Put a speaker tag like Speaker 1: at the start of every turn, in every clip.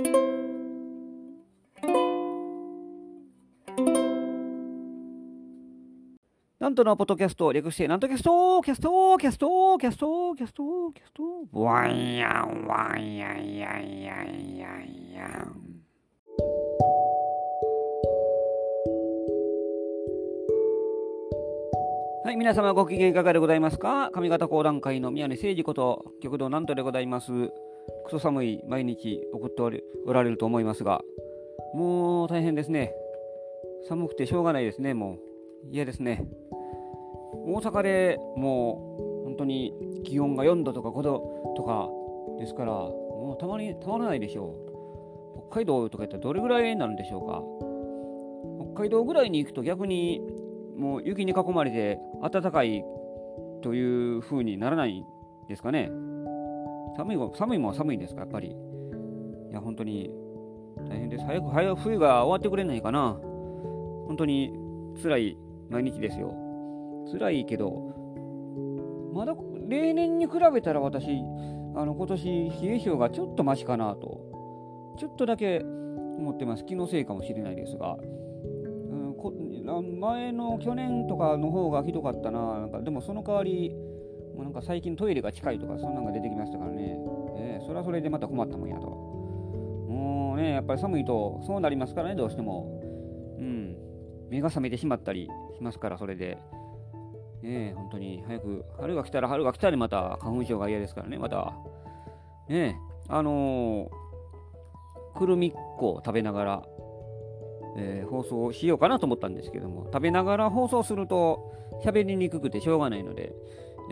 Speaker 1: なんとのポッドキャスト、略して、なんとキャスト、キャスト、キャスト、キャスト、キャスト、キャスト、ワンヤン、ワンヤン、ヤンヤン、ヤンヤン。はい、皆様ご機嫌いかがでございますか？上方講談会の宮根誠司こと極道なんとでございます。クソ寒い毎日送っておられると思いますが、もう大変ですね。寒くてしょうがないですね。もう嫌ですね。大阪でもう本当に気温が4度とか5度とかですから、もうたまらないでしょう。北海道とか言ったらどれぐらいになるんでしょうか。北海道ぐらいに行くと逆にもう雪に囲まれて暖かいという風にならないですかね。寒いもん寒いですか、やっぱり。いや本当に大変です。早く冬が終わってくれないかな。本当に辛い毎日ですよ。辛いけど、まだ例年に比べたら私、今年冷え性がちょっとマシかなと、ちょっとだけ思ってます。気のせいかもしれないですが、前の去年とかの方がひどかったな。でもその代わり、もう最近トイレが近いとか、そんなのが出てきましたからね。それはそれでまた困ったもんやと。もうね、やっぱり寒いとそうなりますからね、どうしても。目が覚めてしまったりしますから、それで。本当に早く春が来たらまた花粉症が嫌ですからね、また。くるみっこを食べながら、放送しようかなと思ったんですけども、食べながら放送すると喋りにくくてしょうがないので、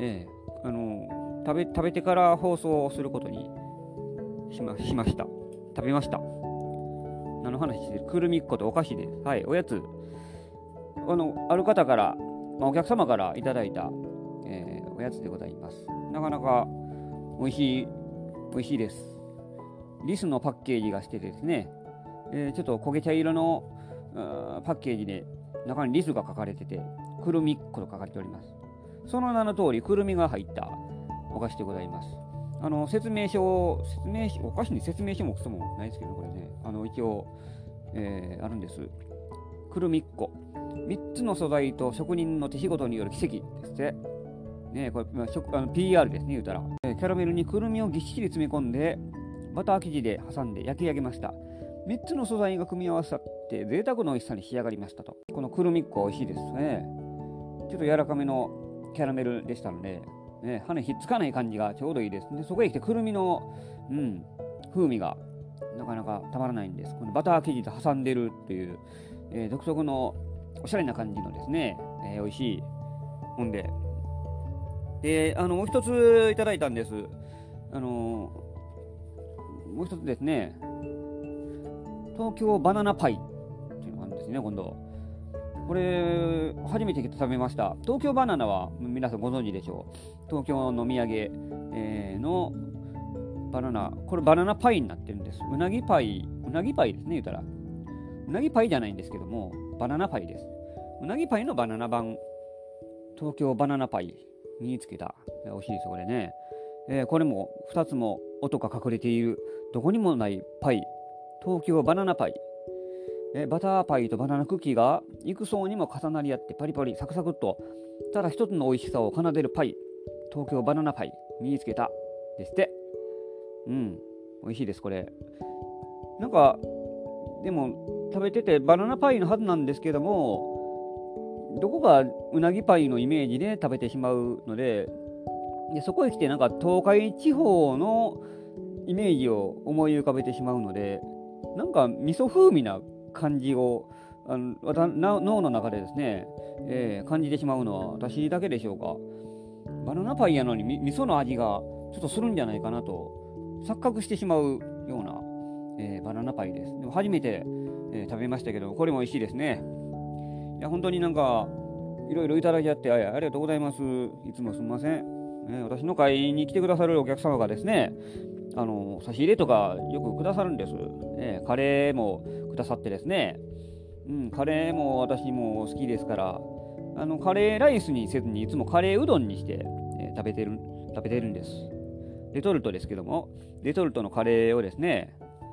Speaker 1: 食べてから放送をすることにしました。食べました。何の話してる？くるみっことお菓子です。はい、おやつ。ある方から、お客様からいただいた、おやつでございます。なかなか美味しいです。リスのパッケージがしててですね、ちょっと焦げ茶色のパッケージで中にリスが書かれてて、くるみっこと書かれております。その名の通りくるみが入ったお菓子でございます。お菓子に説明書もくそもないですけど、これね、一応、あるんです。くるみっこ。3つの素材と職人の手仕事による奇跡ですって。ね、これ、PR ですね、言うたら。キャラメルにくるみをぎっしり詰め込んで、バター生地で挟んで焼き上げました。3つの素材が組み合わさって贅沢の美味しさに仕上がりましたと。このくるみっこ美味しいですね。ちょっと柔らかめのキャラメルでしたので、歯にひっつかない感じがちょうどいいですね。そこへ来てくるみの、風味がなかなかたまらないんです。このバター生地で挟んでるっていう、独特のおしゃれな感じのですね、美味しいもんで。もう一ついただいたんです。もう一つですね、東京バナナパイっていうのがあるんですね、今度。これ、初めて食べました。東京バナナは皆さんご存知でしょう。東京の土産、のバナナ、これバナナパイになってるんです。うなぎパイですね、言うたら。うなぎパイじゃないんですけども、バナナパイです。うなぎパイのバナナ版、東京バナナパイにつけた。美味しいですよ、これね。これも2つも音が隠れている、どこにもないパイ、東京バナナパイ。バターパイとバナナクッキーが幾層にも重なり合ってパリパリサクサクっと、ただ一つの美味しさを奏でるパイ、東京バナナパイ身につけたですって。美味しいです、これ。なんかでも食べててバナナパイのはずなんですけども、どこかうなぎパイのイメージで食べてしまうので、そこへ来てなんか東海地方のイメージを思い浮かべてしまうので、なんか味噌風味な感じを脳の中でですね、感じてしまうのは私だけでしょうか。バナナパイやのに味噌の味がちょっとするんじゃないかなと錯覚してしまうような、バナナパイです。でも初めて、食べましたけど、これも美味しいですね。いや本当になんかいろいろいただいちゃってありがとうございます。いつもすみません。私の会に来てくださるお客様がですね、差し入れとかよくくださるんです。カレーもくださってですね、カレーも私も好きですから、カレーライスにせずにいつもカレーうどんにして、食べてるんです。レトルトですけども、レトルトのカレーをですね、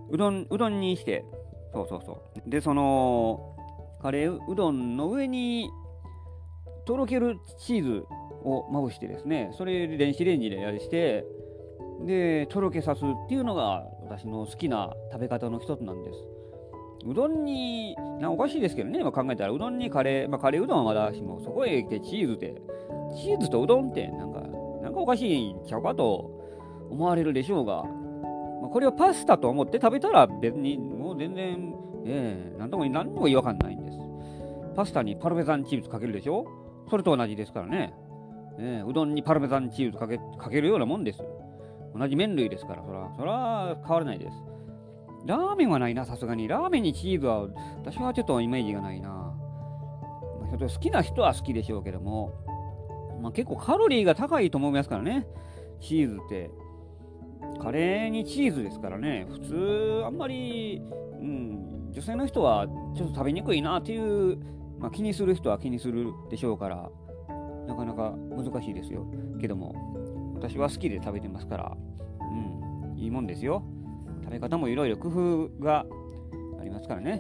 Speaker 1: うどんにして、そうそうそう。で、その、カレーうどんの上に、とろけるチーズをまぶしてですね、それで電子レンジでやりして、で、とろけさすっていうのが私の好きな食べ方の一つなんです。うどんに、おかしいですけどね、今考えたら、うどんにカレー、カレーうどんはまだしも、そこへ来てチーズとうどんって、なんかおかしいんちゃうかと思われるでしょうが、これをパスタと思って食べたら別にもう全然、なんとも何も違和感ないんです。パスタにパルメザンチーズかけるでしょ。それと同じですからね。うどんにパルメザンチーズかけるようなもんです。同じ麺類ですから、そら変わらないです。ラーメンはないな、さすがに。ラーメンにチーズは、私はちょっとイメージがないな。好きな人は好きでしょうけども、結構カロリーが高いと思いますからね、チーズって。カレーにチーズですからね、普通、あんまり、女性の人はちょっと食べにくいなっていう、気にする人は気にするでしょうから、なかなか難しいですよ。けども、私は好きで食べてますから、いいもんですよ。食べ方もいろいろ工夫がありますからね。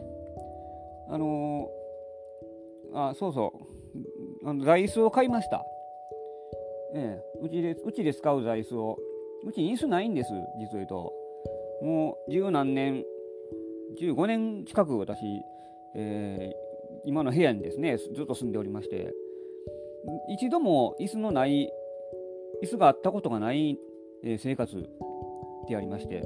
Speaker 1: そうそう。座椅子を買いました。うちで使う座椅子を。うちに椅子ないんです、実を言うと。もう十何年、15年近く私、今の部屋にですね、ずっと住んでおりまして、一度も椅子があったことがない、生活でありまして、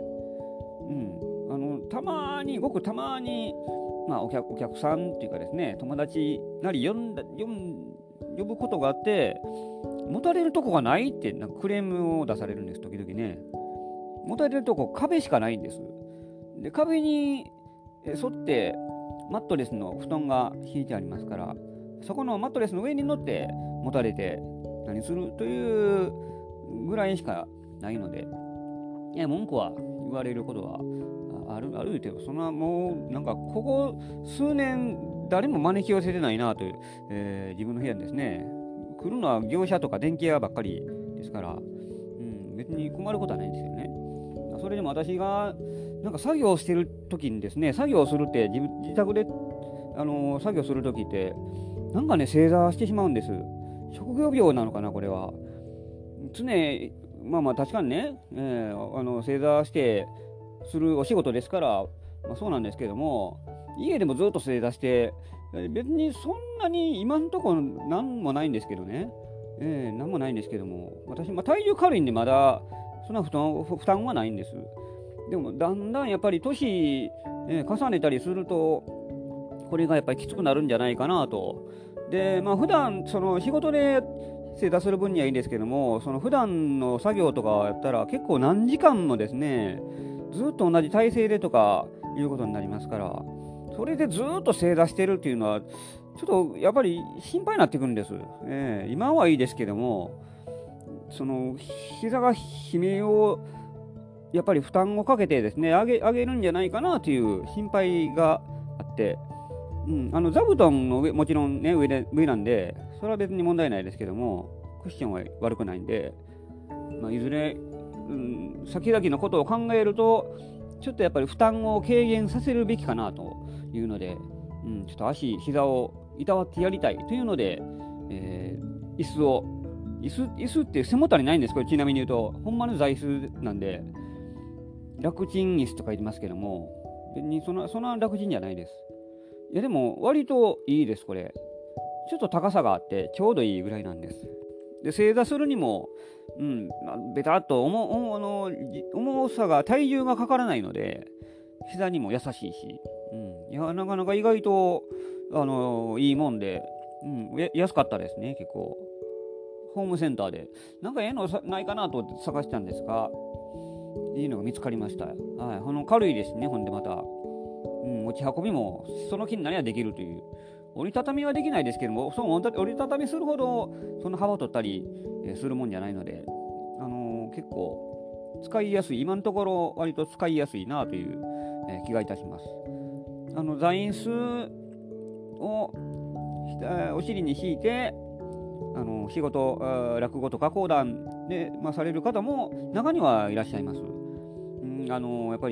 Speaker 1: ごくたまに、お客さんっていうかですね、友達なり呼ぶことがあって、持たれるとこがないってなんかクレームを出されるんです、時々ね。持たれるとこ壁しかないんです。で、壁に沿ってマットレスの布団が敷いてありますから、そこのマットレスの上に乗って持たれて何するというぐらいしかないので、文句は言われることはあるけど、そんなもうなんかここ数年誰も招き寄せてないなという、自分の部屋にですね、来るのは業者とか電気屋ばっかりですから、別に困ることはないんですよね。それでも私がなんか作業してる時にですね、作業するって自宅で作業する時ってなんかね、正座してしまうんです。職業病なのかな、これは。常確かにね、正座してするお仕事ですから、そうなんですけども、家でもずっと正座して別にそんなに今んところ何もないんですけどね、何もないんですけども、私、体重軽いんでまだそんな負担はないんです。でもだんだんやっぱり年、重ねたりするとこれがやっぱりきつくなるんじゃないかなと。で、普段その仕事で正座する分にはいいんですけども、その普段の作業とかやったら結構何時間もですね、ずっと同じ体勢でとかいうことになりますから、それでずっと正座してるっていうのはちょっとやっぱり心配になってくるんです。今はいいですけども、その膝が悲鳴をやっぱり負担をかけてですね、上げるんじゃないかなという心配があって、座布団の上、もちろんね、上なんで、それは別に問題ないですけども、クッションは悪くないんで、いずれ、先々のことを考えると、ちょっとやっぱり負担を軽減させるべきかなというので、ちょっと膝をいたわってやりたいというので、椅子って背もたれないんです、これちなみに言うと。ほんまの座椅子なんで、楽ちん椅子とか言いますけども、別にそんな楽ちんじゃないです。いやでも割といいです、これ。ちょっと高さがあってちょうどいいぐらいなんです。で、正座するにも、ベタっと重さが、体重がかからないので、膝にも優しいし、いや、なかなか意外と、いいもんで、安かったですね、結構。ホームセンターで。なんかのないかなと探したんですが、いいのが見つかりました。はい、軽いですね、ほんでまた。持ち運びもその気になりゃできるという。折りたたみはできないですけども、その折りたたみするほどその幅を取ったりするもんじゃないので、結構使いやすい、今のところ割と使いやすいなという、気がいたします。座椅子をお尻に敷いて仕事、落語とか講談で、される方も中にはいらっしゃいます。やっぱり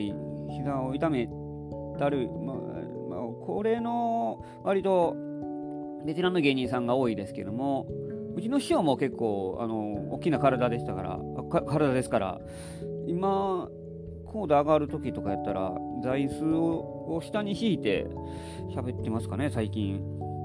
Speaker 1: 膝を痛めたる、これの割とベテランの芸人さんが多いですけども、うちの師匠も結構大きな体ですから、今コード上がる時とかやったら座椅子を下に敷いて喋ってますかね最近。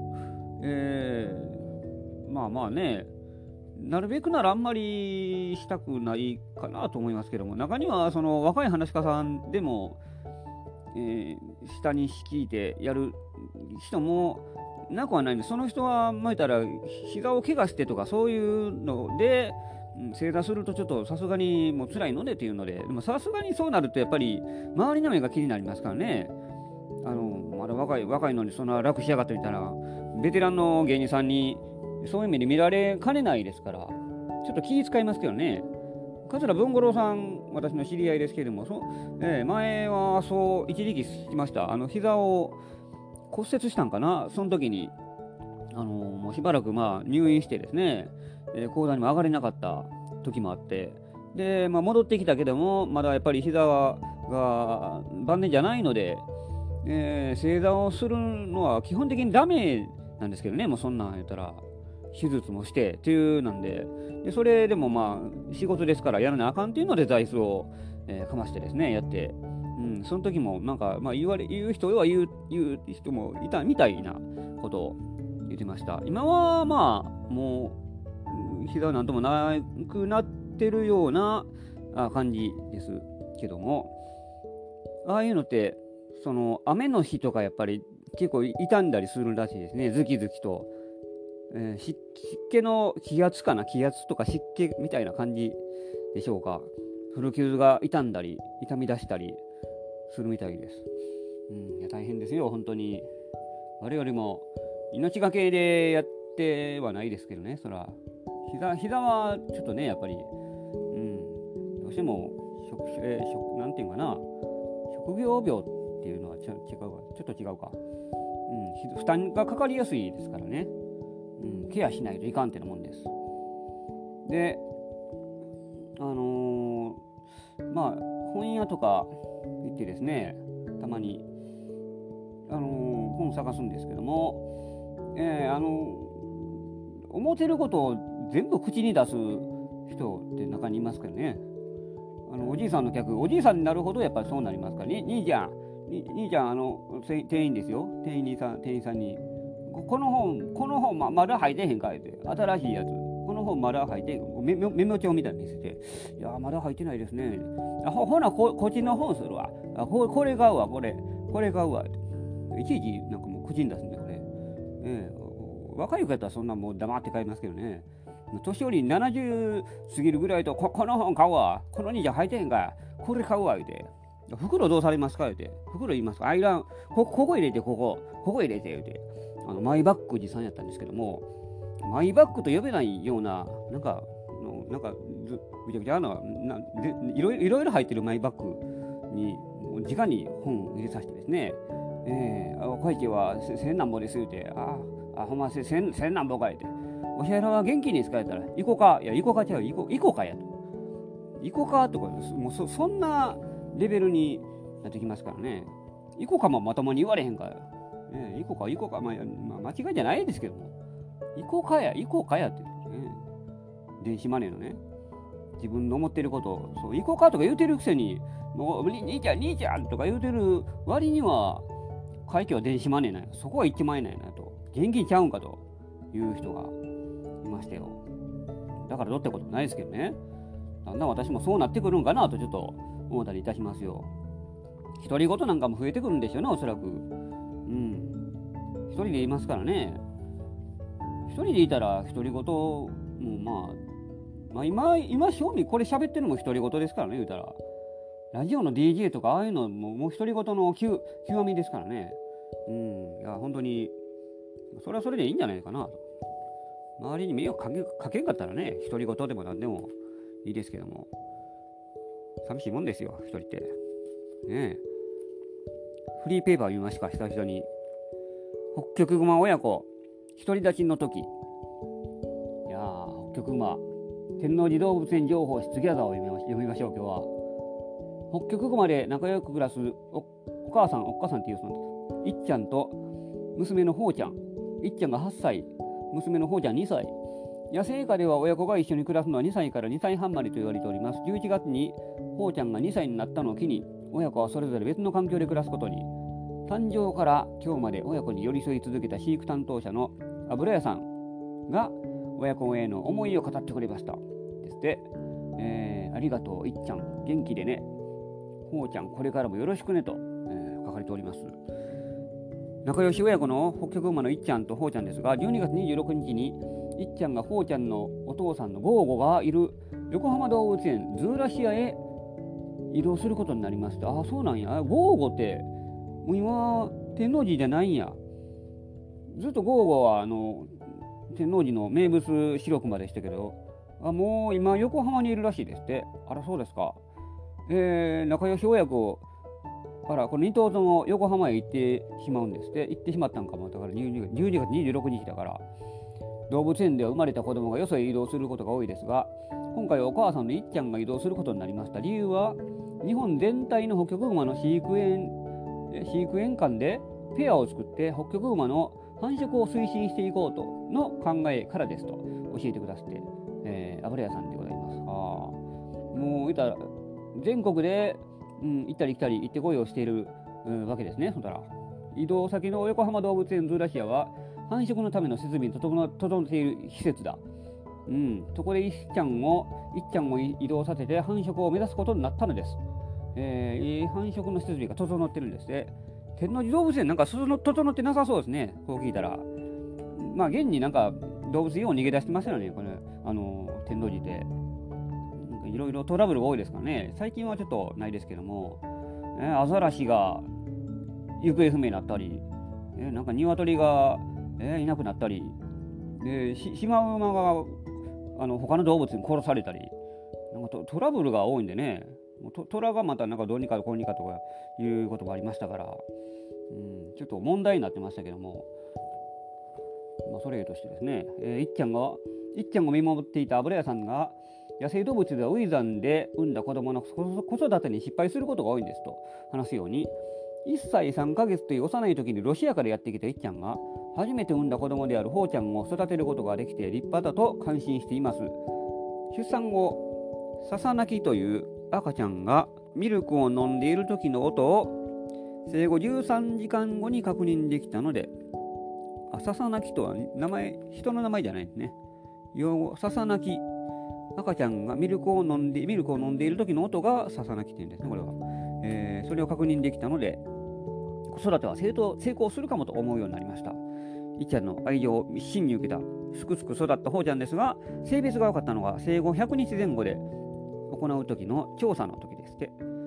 Speaker 1: まあね、なるべくならあんまりしたくないかなと思いますけども、中にはその若い話し家さんでも、下に敷いてやる人もなくはないんで、その人は言ったら膝を怪我してとかそういうので正座するとちょっとさすがにもう辛いのでっていうので、でもさすがにそうなるとやっぱり周りの目が気になりますからね。まだ若いのにそんな楽しやがってみたらベテランの芸人さんにそういう目で見られかねないですから、ちょっと気遣いますけどね。桂文五郎さん、私の知り合いですけれども、前はそう一時期しました。膝を骨折したんかな、その時にもうしばらく入院してですね、講座にも上がれなかった時もあって、で、戻ってきたけどもまだやっぱり膝が万年じゃないので、正座をするのは基本的にダメなんですけどね。もうそんなん言ったら手術もしてっていうなんで、それでも仕事ですからやらなあかんっていうので座椅子を、かましてですねやって、その時もなんか、言う人は言う人もいたみたいなことを言ってました。今はもう膝なんともなくなってるような感じですけども、ああいうのってその雨の日とかやっぱり結構傷んだりするらしいですね。ズキズキと、湿気の気圧とか湿気みたいな感じでしょうか。古傷が傷んだり痛み出したりするみたいです。いや大変ですよ本当に。我々も命がけでやってはないですけどね。そら膝はちょっとねやっぱり、どうしてもなんていうかな、職業病っていうのはちょっと違うか、負担がかかりやすいですからね、ケアしないといかんってなもんです。で本屋とか行ってですね、たまに本探すんですけども、思ってることを全部口に出す人って中にいますけどね。おじいさんの客、おじいさんになるほどやっぱりそうなりますから、兄ちゃん店員ですよ、店員さんにこの本まだ入ってへんかいって、新しいやつこの本まだ入ってへん、メモ帳みたいに見せて、いやまだ入ってないですね。ほなこっちの本するわ、これ買うわ、これ買うわって、いちいちなんかもう口に出すんだよね。若い方はそんなもう黙って買いますけどね、年寄り70過ぎるぐらいと、この本買うわ、この兄ちゃん入ってへんか、これ買うわ言うて、袋どうされますか言うて、袋言いますか、アイランここ入れて、ここ入れて言うて、マイバッグ持参やったんですけども、マイバッグと呼べないようななんかぐちゃぐちゃないろいろ入ってるマイバッグに直に本を入れさせてですね、お会計は千何ぼです言うて、ほんま千何ぼか言うて、お支払いは現金に使えたら行こうか、いや行こうかちゃう、行こうかやと、行こうかとか、もうそんなレベルになってきますからね。行こうかもまともに言われへんから、行こうか、間違いじゃないですけども、行こうかやって、電子マネーのね、自分の思ってることをそう行こうかとか言うてるくせに、もう兄ちゃんとか言うてる割には会計は電子マネーなんや、そこは1万円なんやなと、現金ちゃうんかという人がいましたよ。だからどうってこともないですけどね、だんだん私もそうなってくるんかなとちょっと思ったりいたしますよ。独り言なんかも増えてくるんでしょうね、おそらく。一人でいますからね。一人でいたら独り言も今正味これ喋ってるのも独り言ですからね、言うたら。ラジオの DJ とかああいうのもう独り言の極みですからね。いや本当にそれはそれでいいんじゃないかなと。周りに迷惑かけんかったらね、独り言でも何でもいいですけども、寂しいもんですよ一人ってね。フリーペーパー見ましたか、久々に。北極熊親子独り立ちの時。いや北極熊天王寺動物園情報室ギャザーを読みましょう今日は。 北極熊で仲良く暮らすお母さんっていうそのいっちゃんと娘のほうちゃん。いっちゃんが8歳、娘のほうちゃん2歳。野生下では親子が一緒に暮らすのは2歳から2歳半までと言われております。11月にほうちゃんが2歳になったのを機に、親子はそれぞれ別の環境で暮らすことに。誕生から今日まで親子に寄り添い続けた飼育担当者の油屋さんが親子への思いを語ってくれました。ですって、ありがとういっちゃん、元気でね、ほうちゃんこれからもよろしくねと、書かれております。仲良し親子の北極馬のいっちゃんとほうちゃんですが、12月26日にいっちゃんがほうちゃんのお父さんのゴーゴがいる横浜動物園ズーラシアへ移動することになりました。ああ、そうなんや。ゴーゴってもう今天王寺じゃないんや。ずっとゴーゴは天王寺の名物白熊でしたけど、もう今横浜にいるらしいですって。あら、そうですか。仲良し親子この2頭とも横浜へ行ってしまうんですって。行ってしまったんかも。だから12月26日だから、動物園では生まれた子供がよそへ移動することが多いですが、今回はお母さんのいっちゃんが移動することになりました。理由は、日本全体の北極熊の飼育園間でペアを作って北極熊の繁殖を推進していこうとの考えからですと教えてくださって、油屋さんでございます。もう言ったら全国で、行ったり来たり行ってこいをしている、わけですね。そしたら移動先の横浜動物園ズーラシアは繁殖のための設備に整っている施設だ。そこでいっちゃんを移動させて繁殖を目指すことになったのです。繁殖の設備が整ってるんですね。天王寺動物園なんか整ってなさそうですね。こう聞いたら。現になんか動物よう逃げ出してましたよね。これ天王寺で。いろいろトラブルが多いですからね。最近はちょっとないですけども、アザラシが行方不明になったり、なんか鶏が、いなくなったり、シマウマが他の動物に殺されたり、なんかトラブルが多いんでね。虎がまたなんかどうにかこうにかとかいうこともありましたから、ちょっと問題になってましたけども、それとしてですね、いっちゃんが見守っていた油屋さんが野生動物ではウイザンで産んだ子供の子育てに失敗することが多いんですと話すように、1歳3ヶ月という幼い時にロシアからやってきたいっちゃんが初めて産んだ子供であるほうちゃんを育てることができて立派だと感心しています。出産後、ささ泣きという赤ちゃんがミルクを飲んでいる時の音を生後13時間後に確認できたので、ささ泣きとは人の名前じゃないですね。ささ泣き、赤ちゃんがミルクを飲んでいる時の音がささ泣きっていうんですね。これは、それを確認できたので、子育ては成功するかもと思うようになりました。いっちゃんの愛情を一身に受けたすくすく育ったほうちゃんですが、性別が分かったのが生後100日前後で行う時の調査の時ですって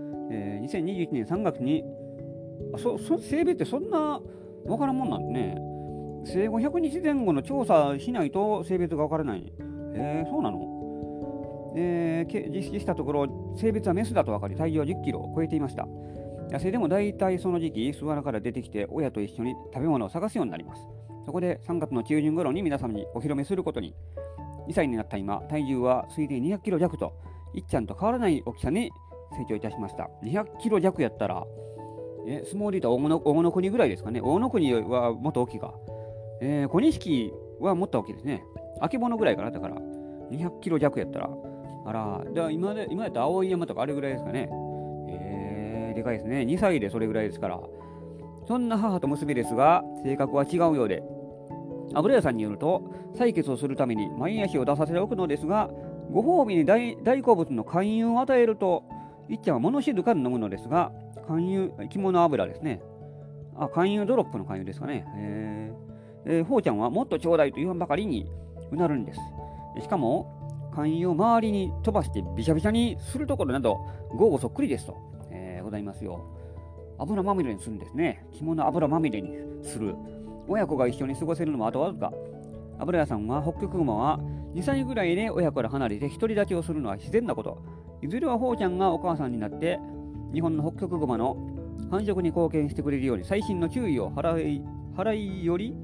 Speaker 1: 。2021年3月に性別ってそんな分からんもんなんでね。生後100日前後の調査しないと性別が分からない。そうなの？実施したところ性別はメスだと分かり、体重は10キロを超えていました。野生でも大体その時期巣穴から出てきて親と一緒に食べ物を探すようになります。そこで3月の中旬頃に皆様にお披露目することに。2歳になった今、体重は推定200キロ弱といっちゃんと変わらない大きさに成長いたしました。200キロ弱やったら相撲で言ったら大野国ぐらいですかね。大野国はもっと大きいか。小錦はもっと大きいですね。あけぼのぐらいかな。だから200キロ弱やったら、今やったら青い山とかあれぐらいですかね。でかいですね。2歳でそれぐらいですから。そんな母と娘ですが、性格は違うようで、油屋さんによると、採血をするために前足を出させておくのですが、ご褒美に大好物の肝油を与えると、いっちゃんは物静かに飲むのですが、肝油油ですね。肝油ドロップの肝油ですかね。ほうちゃんはもっとちょうだいと言わんばかりにうなるんです。しかも、肝油を周りに飛ばしてびしゃびしゃにするところなど、ゴーゴそっくりですと、ございますよ。油まみれにするんですね。着物油まみれにする。親子が一緒に過ごせるのもあとわずか。油屋さんは北極熊は2歳ぐらいで親から離れて独り立ちをするのは自然なこと。いずれはほうちゃんがお母さんになって日本の北極熊の繁殖に貢献してくれるように細心の注意を払い寄り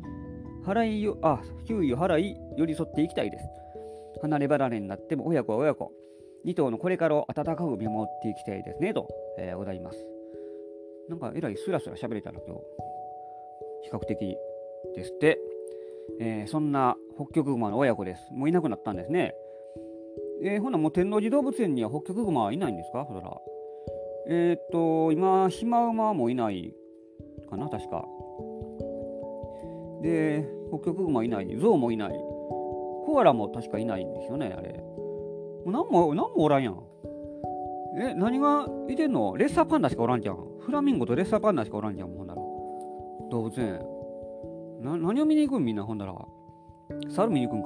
Speaker 1: 添っていきたいです。離れ離れになっても親子は親子。 2頭のこれからを温かく見守っていきたいですねと、ございます。なんかえらいスラスラ喋れたら今日比較的ですって、そんなホッキョクグマの親子です。もういなくなったんですね。ほなもう天王寺動物園にはホッキョクグマはいないんですか？そら今シマウマもいないかな確かで、ホッキョクグマいない、ゾウもいない、コアラも確かいないんですよね。あれもう何もおらんやん。何がいてんの？レッサーパンダしかおらんじゃん。フラミンゴとレッサーパンダしかおらんじゃん。ほんなら動物園何を見に行くんみんな。ほんなら猿見に行くんか。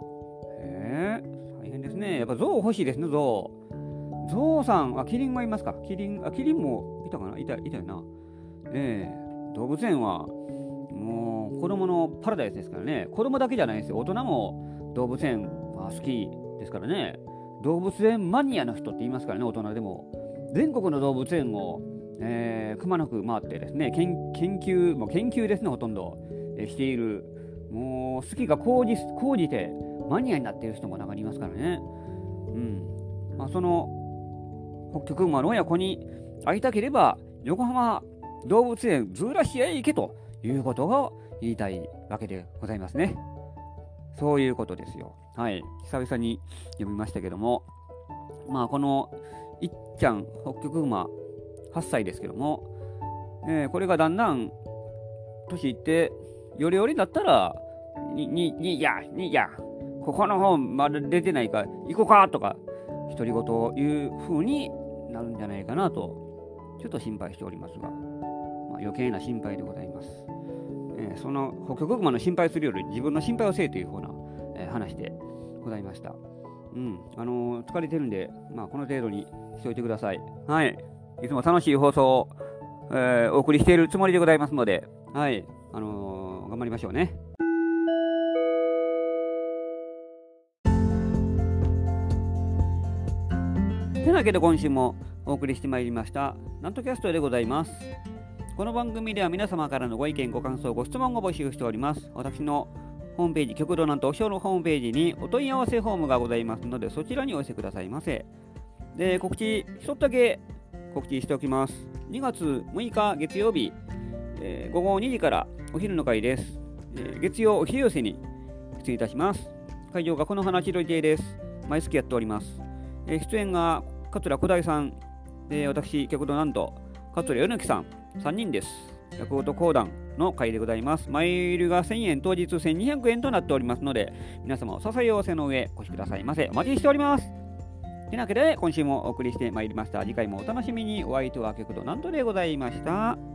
Speaker 1: 大変ですね。やっぱゾウ欲しいですね。ゾウさん、キリンはいますか？キリンもいたかな？いたよな。動物園はもう子供のパラダイスですからね。子供だけじゃないですよ。大人も動物園は好きですからね。動物園マニアの人って言いますからね。大人でも全国の動物園を、くまなく回ってですね、研究ですね。ほとんど、している、もう好きが高じてマニアになっている人も中にいますからね。そのホッキョクグマの親子に会いたければ横浜動物園ズーラシアへ行けということを言いたいわけでございますね。そういうことですよ。はい、久々に読みましたけども、このいっちゃんホッキョクグマ8歳ですけども、これがだんだん年いってよりになったらにやここの本まだ出てないから行こうかとか独り言を言う風になるんじゃないかなとちょっと心配しておりますが、余計な心配でございます。そのホッキョクグマの心配するより自分の心配をせえという風な、話でございました。疲れてるんで、この程度にしておいてください。はい、いつも楽しい放送を、お送りしているつもりでございますので、はい、頑張りましょうね。てなわけで今週もお送りしてまいりましたなんとキャストでございます。この番組では皆様からのご意見ご感想ご質問を募集しております。私のホームページ極道なんとオフィシャルのホームページにお問い合わせフォームがございますのでそちらにお寄せくださいませ。で、告知一つだけ告知しておきます。2月6日月曜日、午後2時からお昼の会です。月曜お昼寄せに出演いたします。会場がこの花千鳥亭です。毎月やっております。出演が桂小大さん、私極道なんと桂米木さん3人です。落語と講談の会でございます。前売りが1000円、当日1200円となっておりますので、皆様お支え合わせの上お越しくださいませ。お待ちしております。てなわけで今週もお送りしてまいりました。次回もお楽しみに。お相手は極道なんとでございました。